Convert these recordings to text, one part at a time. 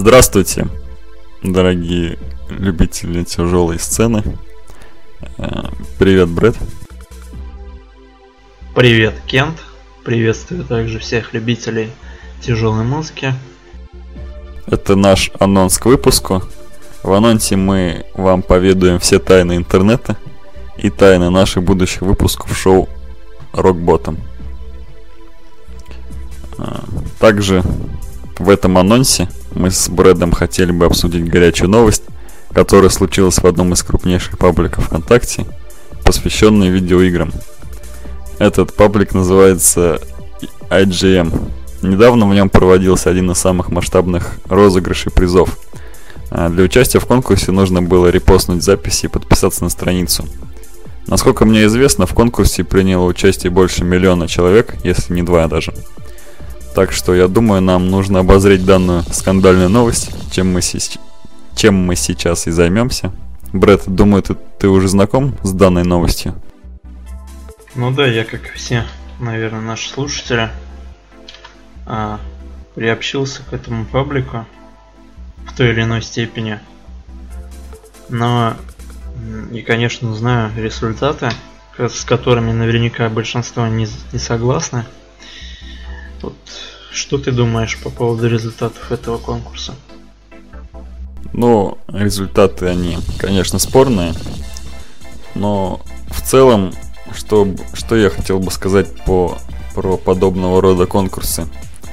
Здравствуйте, дорогие любители тяжелой сцены. Привет, Брэд. Привет, Кент. Приветствую также всех любителей тяжелой музыки. Это наш анонс к выпуску. В анонсе мы вам поведаем все тайны интернета и тайны наших будущих выпусков шоу Rock Bottom. Также в этом анонсе мы с Брэдом хотели бы обсудить горячую новость, которая случилась в одном из крупнейших пабликов ВКонтакте, посвященной видеоиграм. Этот паблик называется IGM. Недавно в нем проводился один из самых масштабных розыгрышей призов. Для участия в конкурсе нужно было репостнуть записи и подписаться на страницу. Насколько мне известно, в конкурсе приняло участие больше 1 миллиона человек, если не 2 даже. Так что я думаю, нам нужно обозреть данную скандальную новость, чем мы сейчас и займемся. Брэд, думаю, ты уже знаком с данной новостью? Ну да, я, как и все, наверное, наши слушатели, приобщился к этому паблику в той или иной степени. Но и, конечно, знаю результаты, с которыми наверняка большинство не согласны. Вот, что ты думаешь по поводу результатов этого конкурса? Ну, результаты, они, конечно, спорные. Но в целом, что я хотел бы сказать про подобного рода конкурсы.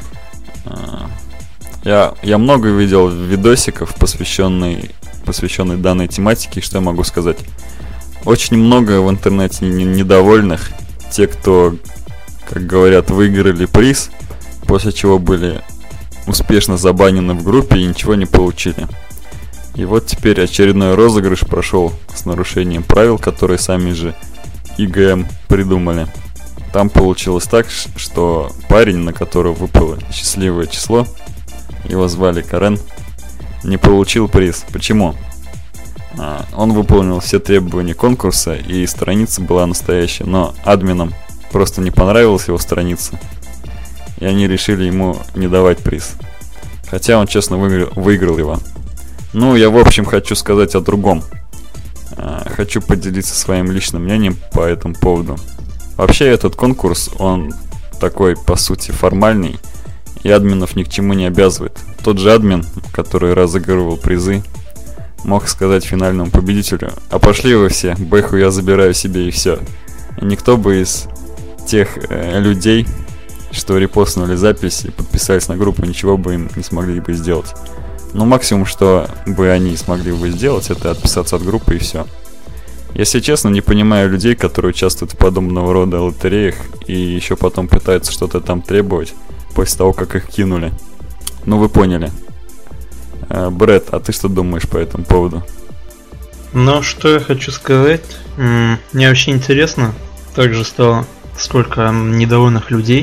Я много видел видосиков, посвященных данной тематике. Что я могу сказать? Очень много в интернете недовольных. Те, кто, как говорят, выиграли приз, после чего были успешно забанены в группе и ничего не получили. И вот теперь очередной розыгрыш прошел с нарушением правил, которые сами же IGM придумали. Там получилось так, что парень, на которого выпало счастливое число, его звали Карен, не получил приз. Почему? Он выполнил все требования конкурса, и страница была настоящая, но админам просто не понравилась его страница, и они решили ему не давать приз. Хотя он честно выиграл его. Ну, я в общем хочу сказать о другом. Хочу поделиться своим личным мнением по этому поводу. Вообще этот конкурс, он такой по сути формальный, и админов ни к чему не обязывает. Тот же админ, который разыгрывал призы, мог сказать финальному победителю: а пошли вы все, бэху я забираю себе, и все. И никто бы из тех людей, что репостнули запись и подписались на группу, ничего бы им не смогли бы сделать. Но максимум, что бы они смогли бы сделать, это отписаться от группы, и все. Если честно, не понимаю людей, которые участвуют в подобного рода лотереях и еще потом пытаются что-то там требовать после того, как их кинули. Ну, вы поняли. Брэд, а ты что думаешь по этому поводу? Ну, что я хочу сказать. Мне вообще интересно. Также стало, сколько недовольных людей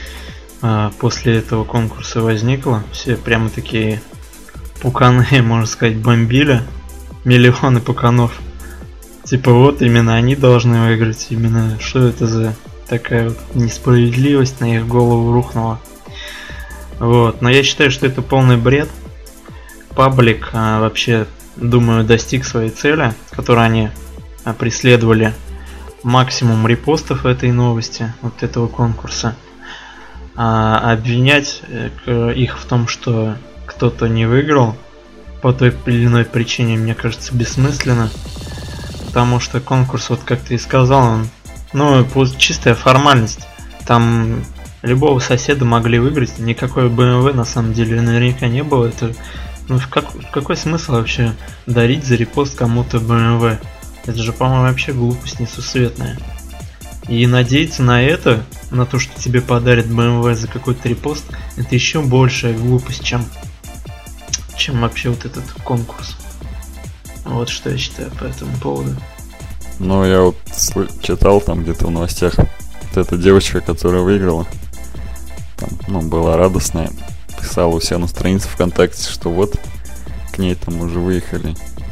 после этого конкурса возникло. Все прямо такие пуканы, можно сказать, бомбили. Миллионы пуканов. Типа вот именно они должны выиграть. Именно что это за такая вот несправедливость на их голову рухнула. Вот. Но я считаю, что это полный бред. Паблик вообще, думаю, достиг своей цели, которую они преследовали. Максимум репостов этой новости, вот этого конкурса. Обвинять их в том, что кто-то не выиграл по той или иной причине, мне кажется, бессмысленно. Потому что конкурс, вот как ты и сказал, он, чистая формальность. Там любого соседа могли выиграть, никакой BMW на самом деле наверняка не было. Это, какой смысл вообще дарить за репост кому-то BMW? Это же, по-моему, вообще глупость несусветная. И надеяться на это, на то, что тебе подарят BMW за какой-то репост, это еще большая глупость, чем вообще вот этот конкурс. Вот что я считаю по этому поводу. Ну, я вот читал там где-то в новостях, вот эта девочка, которая выиграла, там, была радостная, писала у себя на странице ВКонтакте, что вот к ней там уже выехали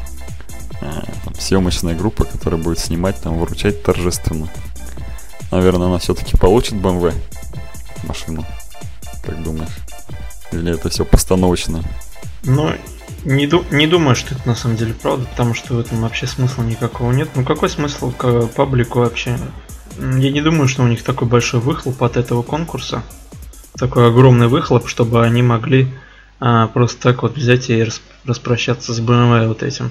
съемочная группа, которая будет снимать, там, вручать торжественно. Наверное, она все-таки получит BMW машину, как думаешь? Или это все постановочно? Но не думаю, что это на самом деле правда, потому что в этом вообще смысла никакого нет. Ну какой смысл к паблику вообще? Я не думаю, что у них такой большой выхлоп от этого конкурса. Такой огромный выхлоп, чтобы они могли просто так вот взять и распрощаться с BMW вот этим.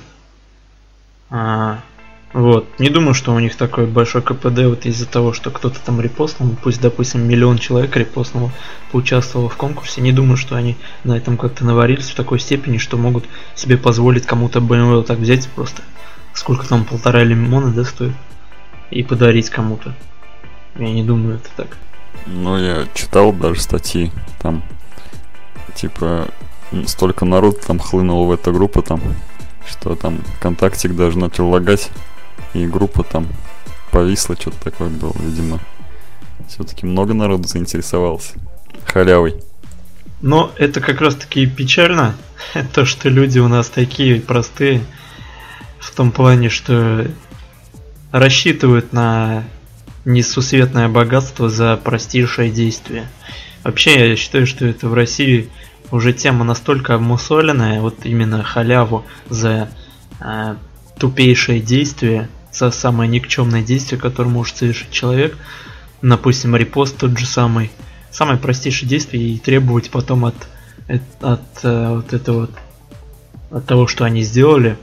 Вот. Не думаю, что у них такой большой КПД вот из-за того, что кто-то там репостнул, пусть, допустим, 1 миллион человек репостнул, поучаствовал в конкурсе. Не думаю, что они на этом как-то наварились в такой степени, что могут себе позволить кому-то BMW вот так взять просто, сколько там, 1,5 лимона, да, стоит, и подарить кому-то. Я не думаю, это так. Ну, я читал даже статьи, там, типа, столько народу там хлынуло в эту группу, там, что там контактик даже начал лагать, и группа там повисла, что-то такое было, видимо. Все-таки много народу заинтересовался халявой. Но это как раз таки печально, то, что люди у нас такие простые, в том плане, что рассчитывают на несусветное богатство за простейшее действие. Вообще, я считаю, что это в России уже тема настолько обмусоленная, вот именно халяву за тупейшее действие, за самое никчемное действие, которое может совершить человек, допустим, репост тот же самое простейшее действие, и требовать потом от того, что они сделали,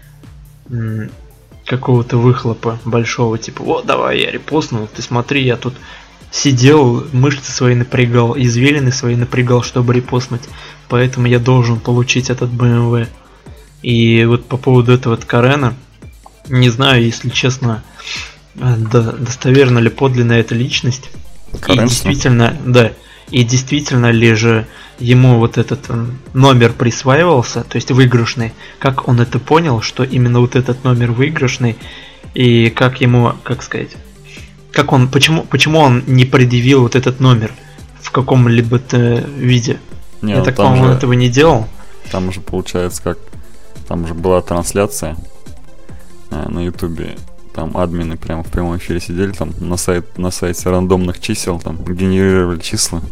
какого-то выхлопа большого, типа, вот, давай, я репостнул, ты смотри, я тут сидел, мышцы свои напрягал, извилины свои напрягал, чтобы репостнуть, поэтому я должен получить этот BMW. И вот по поводу этого Карена, не знаю, если честно, достоверна ли подлинная эта личность. Карен, и действительно, да, и действительно ли же ему вот этот номер присваивался, то есть выигрышный, как он это понял, что именно вот этот номер выигрышный, и как ему, как сказать, как он, почему он не предъявил вот этот номер в каком-либо виде? Не, я так понял, он этого не делал. Там уже получается как, там уже была трансляция на ютубе, там админы прямо в прямом эфире сидели, там на сайте рандомных чисел, там генерировали числа.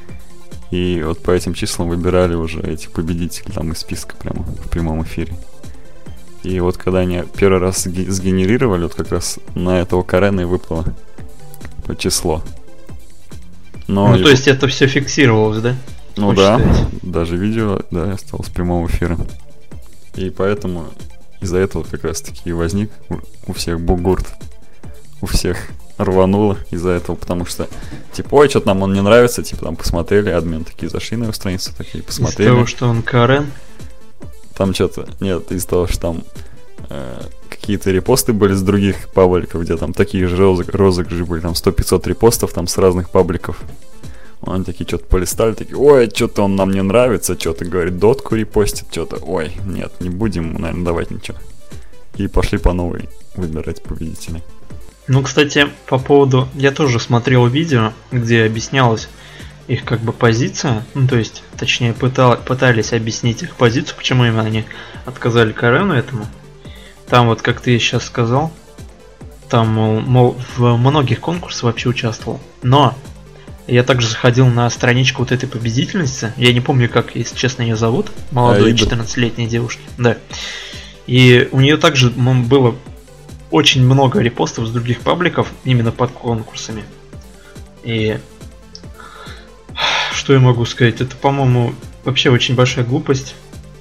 И вот по этим числам выбирали уже этих победителей там из списка прямо в прямом эфире. И вот когда они первый раз сгенерировали, вот как раз на этого Карена и выпало число. Но то есть это все фиксировалось, да? Ну да, даже видео, да, осталось в прямом эфире. И поэтому из-за этого как раз таки и возник у всех бугурт, у всех рвануло из-за этого, потому что типа, ой, что-то нам он не нравится, типа там посмотрели, админ такие зашли на его страницу, такие посмотрели. Из-за того, что он Карен? Там что-то, нет, из-за того, что там какие-то репосты были с других пабликов, где там такие же розыгрыши были, там 100-500 репостов там с разных пабликов. Они такие что-то полистали, такие, ой, что-то он нам не нравится, что-то, говорит, дотку репостит, что-то, ой, нет, не будем, наверное, давать ничего. И пошли по новой выбирать победителей. Ну, кстати, по поводу... Я тоже смотрел видео, где объяснялась их как бы позиция, ну, то есть, точнее, пытались объяснить их позицию, почему именно они отказали Карену этому. Там вот, как ты сейчас сказал, там, мол, в многих конкурсах вообще участвовал, но... Я также заходил на страничку вот этой победительницы. Я не помню, как, если честно, ее зовут. Молодой 14-летней девушки. Да. И у нее также было очень много репостов с других пабликов именно под конкурсами. И что я могу сказать? Это, по-моему, вообще очень большая глупость.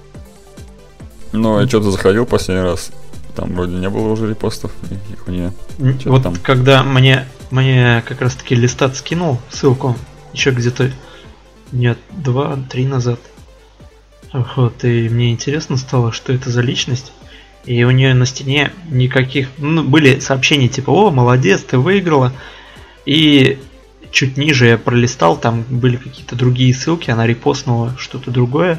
Ну, я что-то заходил последний раз. Там вроде не было уже репостов никаких у нее. Вот там. Когда мне как раз таки Листат скинул ссылку еще где-то нет, 2-3 назад. Вот, и мне интересно стало, что это за личность. И у нее на стене никаких, ну, были сообщения типа, о, молодец, ты выиграла. И чуть ниже я пролистал, там были какие-то другие ссылки, она репостнула что-то другое.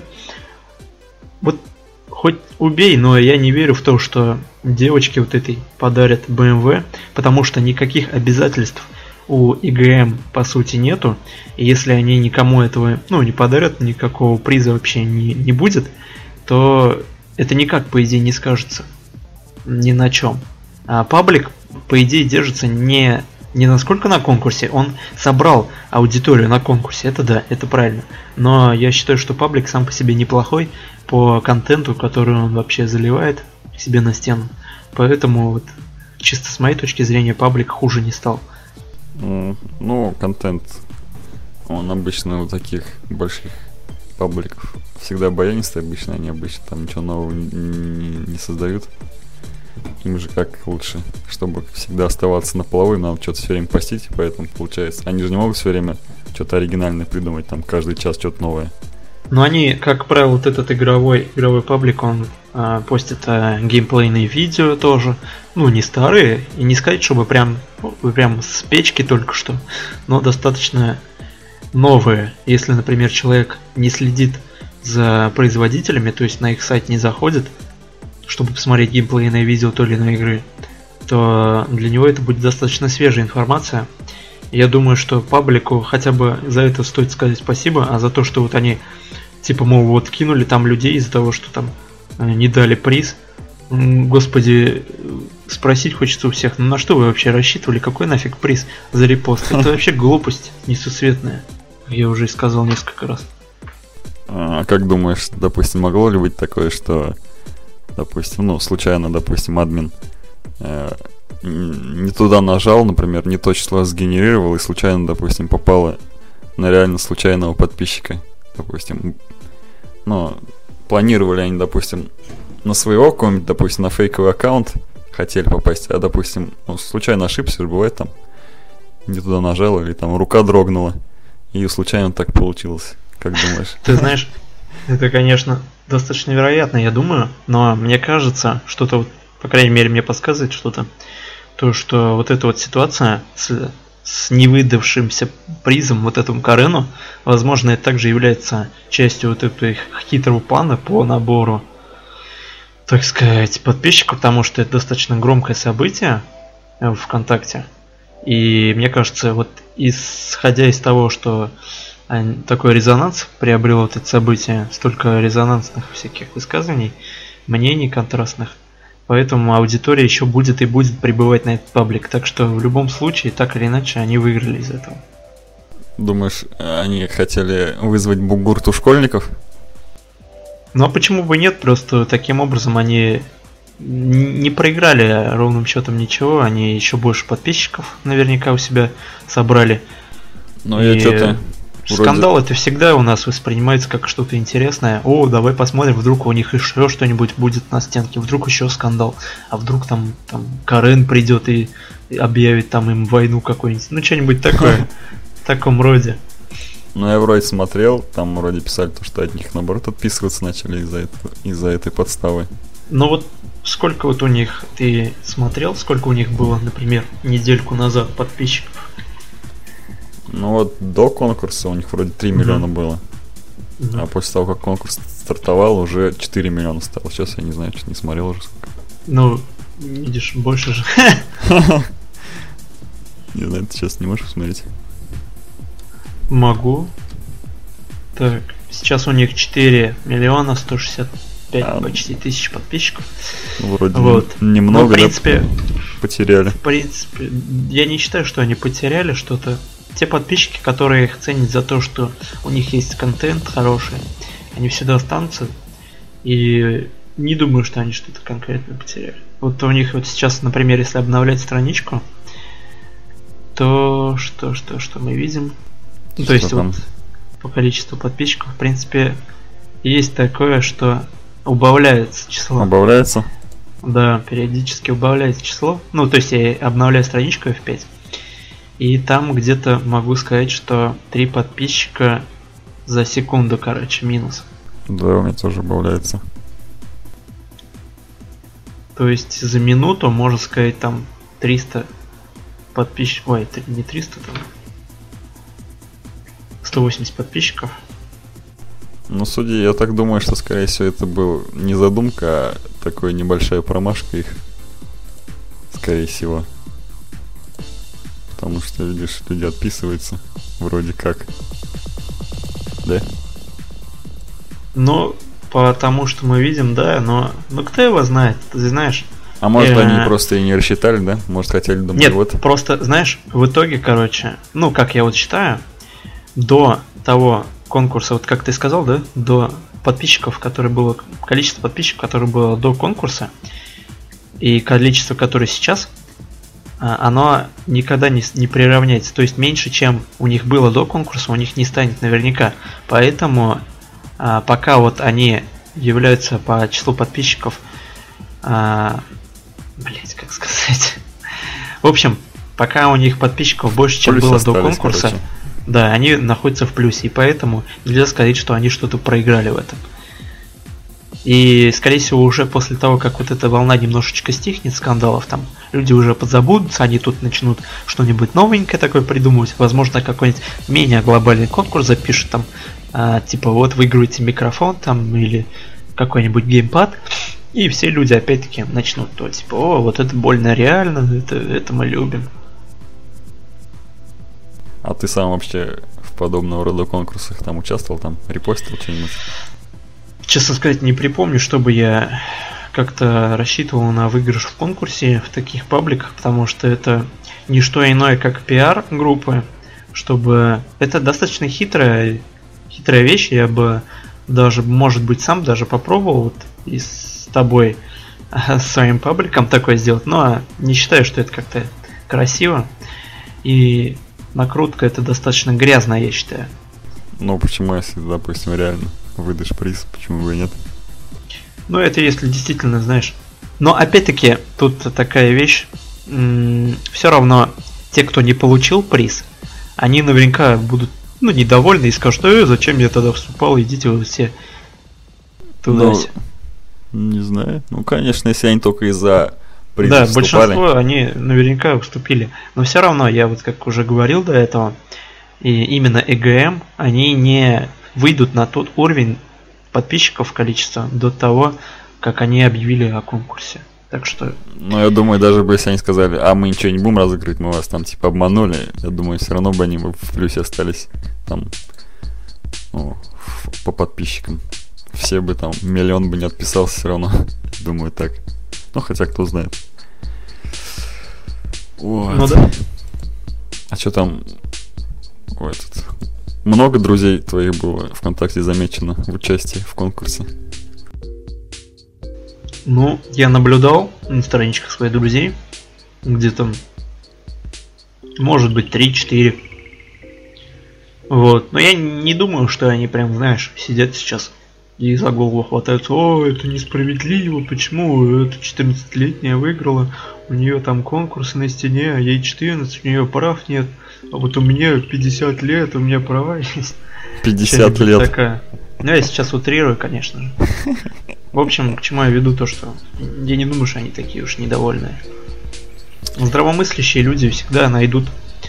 Вот хоть убей, но я не верю в то, что девочке вот этой подарят BMW, потому что никаких обязательств у ИГМ по сути нету. И если они никому этого, ну, не подарят, никакого приза вообще не будет, то это никак, по идее, не скажется ни на чем. А паблик, по идее, держится не насколько на конкурсе, он собрал аудиторию на конкурсе, это да, это правильно. Но я считаю, что паблик сам по себе неплохой по контенту, который он вообще заливает себе на стену. Поэтому вот чисто с моей точки зрения паблик хуже не стал. Ну, контент, он обычно у таких больших пабликов всегда баянистый, обычно они обычно там ничего нового не создают. Им же как лучше, чтобы всегда оставаться на плаву, надо что-то все время постить, поэтому получается. Они же не могут все время что-то оригинальное придумать, там каждый час что-то новое. Но они, как правило, вот этот игровой паблик, он постит геймплейные видео тоже. Ну, не старые, и не сказать, чтобы прям с печки только что, но достаточно новые. Если, например, человек не следит за производителями, то есть на их сайт не заходит, чтобы посмотреть геймплейное видео той или иной игры, то для него это будет достаточно свежая информация. Я думаю, что паблику хотя бы за это стоит сказать спасибо, а за то, что вот они типа, мол, вот кинули там людей из-за того, что там не дали приз. Господи, спросить хочется у всех, ну на что вы вообще рассчитывали, какой нафиг приз за репост? Это вообще глупость несусветная. Я уже и сказал несколько раз. А как думаешь, допустим, могло ли быть такое, что, допустим, ну, случайно, допустим, админ не туда нажал, например, не то число сгенерировал и случайно, допустим, попало на реально случайного подписчика, допустим, ну, планировали они, допустим, на своего какого-нибудь, допустим, на фейковый аккаунт хотели попасть, а, допустим, ну, случайно ошибся, бывает там, не туда нажал или там рука дрогнула, и случайно так получилось. Как думаешь? Ты знаешь, это, конечно, достаточно вероятно, я думаю, но мне кажется, что-то, вот, по крайней мере, мне подсказывает что-то, то, что вот эта вот ситуация с невыдавшимся призом вот этому Карену, возможно, это также является частью вот этого хитрого плана по набору, так сказать, подписчиков, потому что это достаточно громкое событие в ВКонтакте. И мне кажется, вот исходя из того, что такой резонанс приобрело вот это событие, столько резонансных всяких высказываний, мнений контрастных, поэтому аудитория еще будет и будет прибывать на этот паблик. Так что в любом случае, так или иначе, они выиграли из этого. Думаешь, они хотели вызвать бугурту школьников? Ну а почему бы нет? Просто таким образом они не проиграли ровным счетом ничего. Они еще больше подписчиков наверняка у себя собрали. Но я что-то... Скандал это всегда у нас воспринимается как что-то интересное. О, давай посмотрим, вдруг у них еще что-нибудь будет на стенке, вдруг еще скандал, а вдруг там Карен придет и объявит там им войну какую-нибудь, ну что-нибудь такое, в таком роде. Ну я вроде смотрел, там вроде писали то, что от них наоборот отписываться начали из-за этой подставы. Ну вот сколько вот у них, ты смотрел, сколько у них было, например, недельку назад подписчиков? Ну вот до конкурса у них вроде 3 миллиона было. А после того, как конкурс стартовал, уже 4 миллиона стало. Сейчас я не знаю, что не смотрел уже сколько. Ну, видишь, больше же. Не знаю, ты сейчас не можешь посмотреть? Могу. Так, сейчас у них 4 миллиона 165 почти тысяч подписчиков. Вроде вот. Немного, но, в принципе, да, потеряли. В принципе, я не считаю, что они потеряли что-то. Те подписчики, которые их ценят за то, что у них есть контент хороший, они всегда останутся. И не думаю, что они что-то конкретно потеряли. Вот у них вот сейчас, например, если обновлять страничку, то что мы видим? Что то есть там? Вот по количеству подписчиков, в принципе, есть такое, что убавляется число. Убавляется? Да, периодически убавляется число. Ну, то есть я обновляю страничку F5. И там где-то могу сказать, что 3 подписчика за секунду, короче, минус. Да, у меня тоже убавляется. То есть за минуту, можно сказать, там 300 подписчиков. Ой, не 300, там 180 подписчиков. Ну, судя, я так думаю, что, скорее всего, это был не задумка, а такая небольшая промашка их. Скорее всего. Потому что, видишь, люди отписываются. Вроде как. Да? Ну, потому что мы видим, да, но кто его знает, ты знаешь. А может они просто и не рассчитали, да? Может хотели думать, нет, вот. Просто, знаешь, в итоге, короче, ну, как я вот считаю, до того конкурса, вот как ты сказал, да, до подписчиков, количество подписчиков, которое было до конкурса, и количество, которое сейчас, оно никогда не приравняется. То есть меньше, чем у них было до конкурса, у них не станет наверняка. Поэтому пока вот они являются по числу подписчиков, как сказать. В общем, пока у них подписчиков больше, чем было до конкурса, короче. Да, они находятся в плюсе, и поэтому нельзя сказать, что они что-то проиграли в этом. И, скорее всего, уже после того, как вот эта волна немножечко стихнет, скандалов, там, люди уже подзабудутся, они тут начнут что-нибудь новенькое такое придумывать, возможно, какой-нибудь менее глобальный конкурс запишут, там, типа, вот, выигрывайте микрофон, там, или какой-нибудь геймпад, и все люди, опять-таки, начнут, то, типа, о, вот это больно реально, это мы любим. А ты сам вообще в подобного рода конкурсах там участвовал, там, репостил что-нибудь? Честно сказать, не припомню, чтобы я как-то рассчитывал на выигрыш в конкурсе в таких пабликах, потому что это не что иное, как пиар группы, чтобы... Это достаточно хитрая вещь, я бы даже, может быть, сам даже попробовал вот и с тобой, своим пабликом такое сделать, но не считаю, что это как-то красиво, и накрутка это достаточно грязная, я считаю. Ну, почему, если, допустим, реально выдашь приз, почему бы и нет? Ну, это если действительно, знаешь. Но, опять-таки, тут такая вещь. Все равно, те, кто не получил приз, они наверняка будут, недовольны и скажут, зачем я тогда вступал, идите вы все туда. Не знаю. Ну, конечно, если они только из-за приза вступали. Большинство, они наверняка вступили. Но все равно, я вот как уже говорил до этого, и именно ЭГМ, они не выйдут на тот уровень подписчиков количества до того, как они объявили о конкурсе. Так что... Ну, я думаю, даже бы если они сказали, мы ничего не будем разыгрывать, мы вас там типа обманули, я думаю, все равно бы они в плюсе остались там, по подписчикам. Все бы там, 1 миллион бы не отписался все равно. Думаю, так. Ну, хотя кто знает. Вот. Ну да. А что там... Много друзей твоих было ВКонтакте замечено в участии в конкурсе? Ну, я наблюдал на страничках своих друзей, где там, может быть, 3-4. Вот. Но я не думаю, что они прям, знаешь, сидят сейчас и за голову хватаются. Это несправедливо, почему эта 14-летняя выиграла, у нее там конкурсы на стене, а ей 14, у нее прав нет. А вот у меня 50 лет, у меня права есть. 50 лет. Такая. Ну, я сейчас утрирую, конечно же. В общем, к чему я веду то, что я не думаю, что они такие уж недовольные. Здравомыслящие люди всегда найдут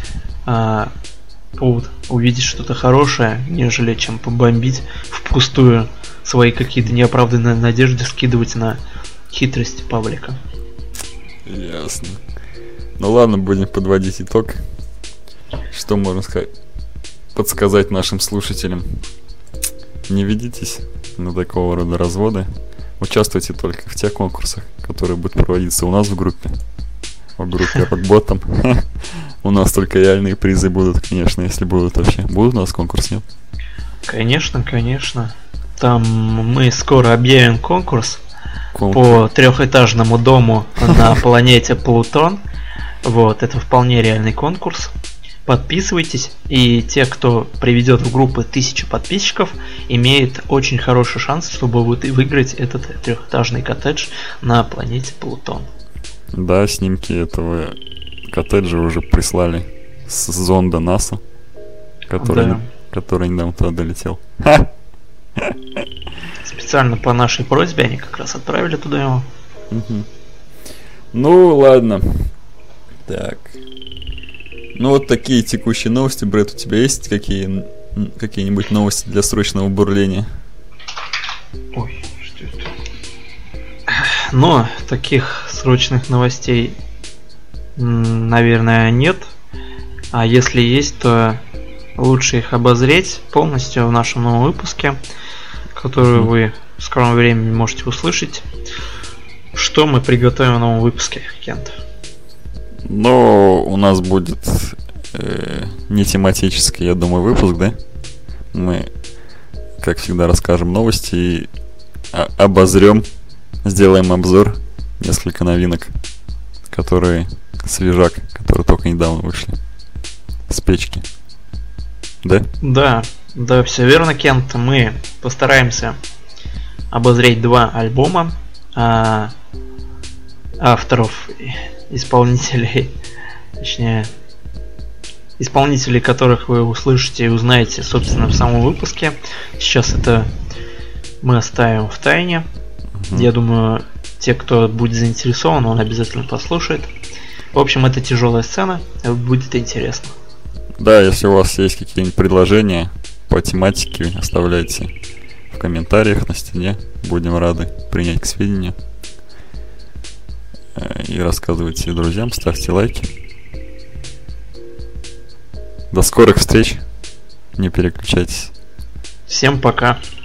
повод увидеть что-то хорошее, нежели чем побомбить впустую свои какие-то неоправданные надежды скидывать на хитрость паблика. Ясно. Ну ладно, будем подводить итог. Что можно сказать? Подсказать нашим слушателям. Не ведитесь на такого рода разводы. Участвуйте только в тех конкурсах, которые будут проводиться у нас в группе. В группе Рокботом. У нас только реальные призы будут, конечно, если будут вообще. Будут у нас конкурс, нет? Конечно, конечно. Там мы скоро объявим конкурс по 3-этажному дому на планете Плутон. Вот, это вполне реальный конкурс. Подписывайтесь, и те, кто приведет в группу 1000 подписчиков, имеет очень хороший шанс, чтобы выиграть этот 3-этажный коттедж на планете Плутон. Да, снимки этого коттеджа уже прислали с зонда НАСА, который недавно туда долетел. Специально по нашей просьбе они как раз отправили туда его. Ну, ладно. Так. Ну, вот такие текущие новости. Брэд, у тебя есть какие-нибудь новости для срочного бурления? Ой, что это? Но таких срочных новостей, наверное, нет. А если есть, то лучше их обозреть полностью в нашем новом выпуске, который вы в скором времени можете услышать. Что мы приготовим в новом выпуске, Кент? Ну, у нас будет не тематический, я думаю, выпуск, да? Мы, как всегда, расскажем новости и обозрем, сделаем обзор несколько новинок, которые свежак, которые только недавно вышли с печки. Да? Да, все верно, Кент. Мы постараемся обозреть 2 альбома авторов, исполнителей, точнее, исполнителей, которых вы услышите и узнаете, собственно, в самом выпуске. Сейчас это мы оставим в тайне. Я думаю, те, кто будет заинтересован, он обязательно послушает. В общем, это тяжелая сцена, будет интересно. Да, если у вас есть какие-нибудь предложения по тематике, оставляйте в комментариях на стене. Будем рады принять к сведению. И рассказывайте друзьям, ставьте лайки. До скорых встреч. Не переключайтесь. Всем пока.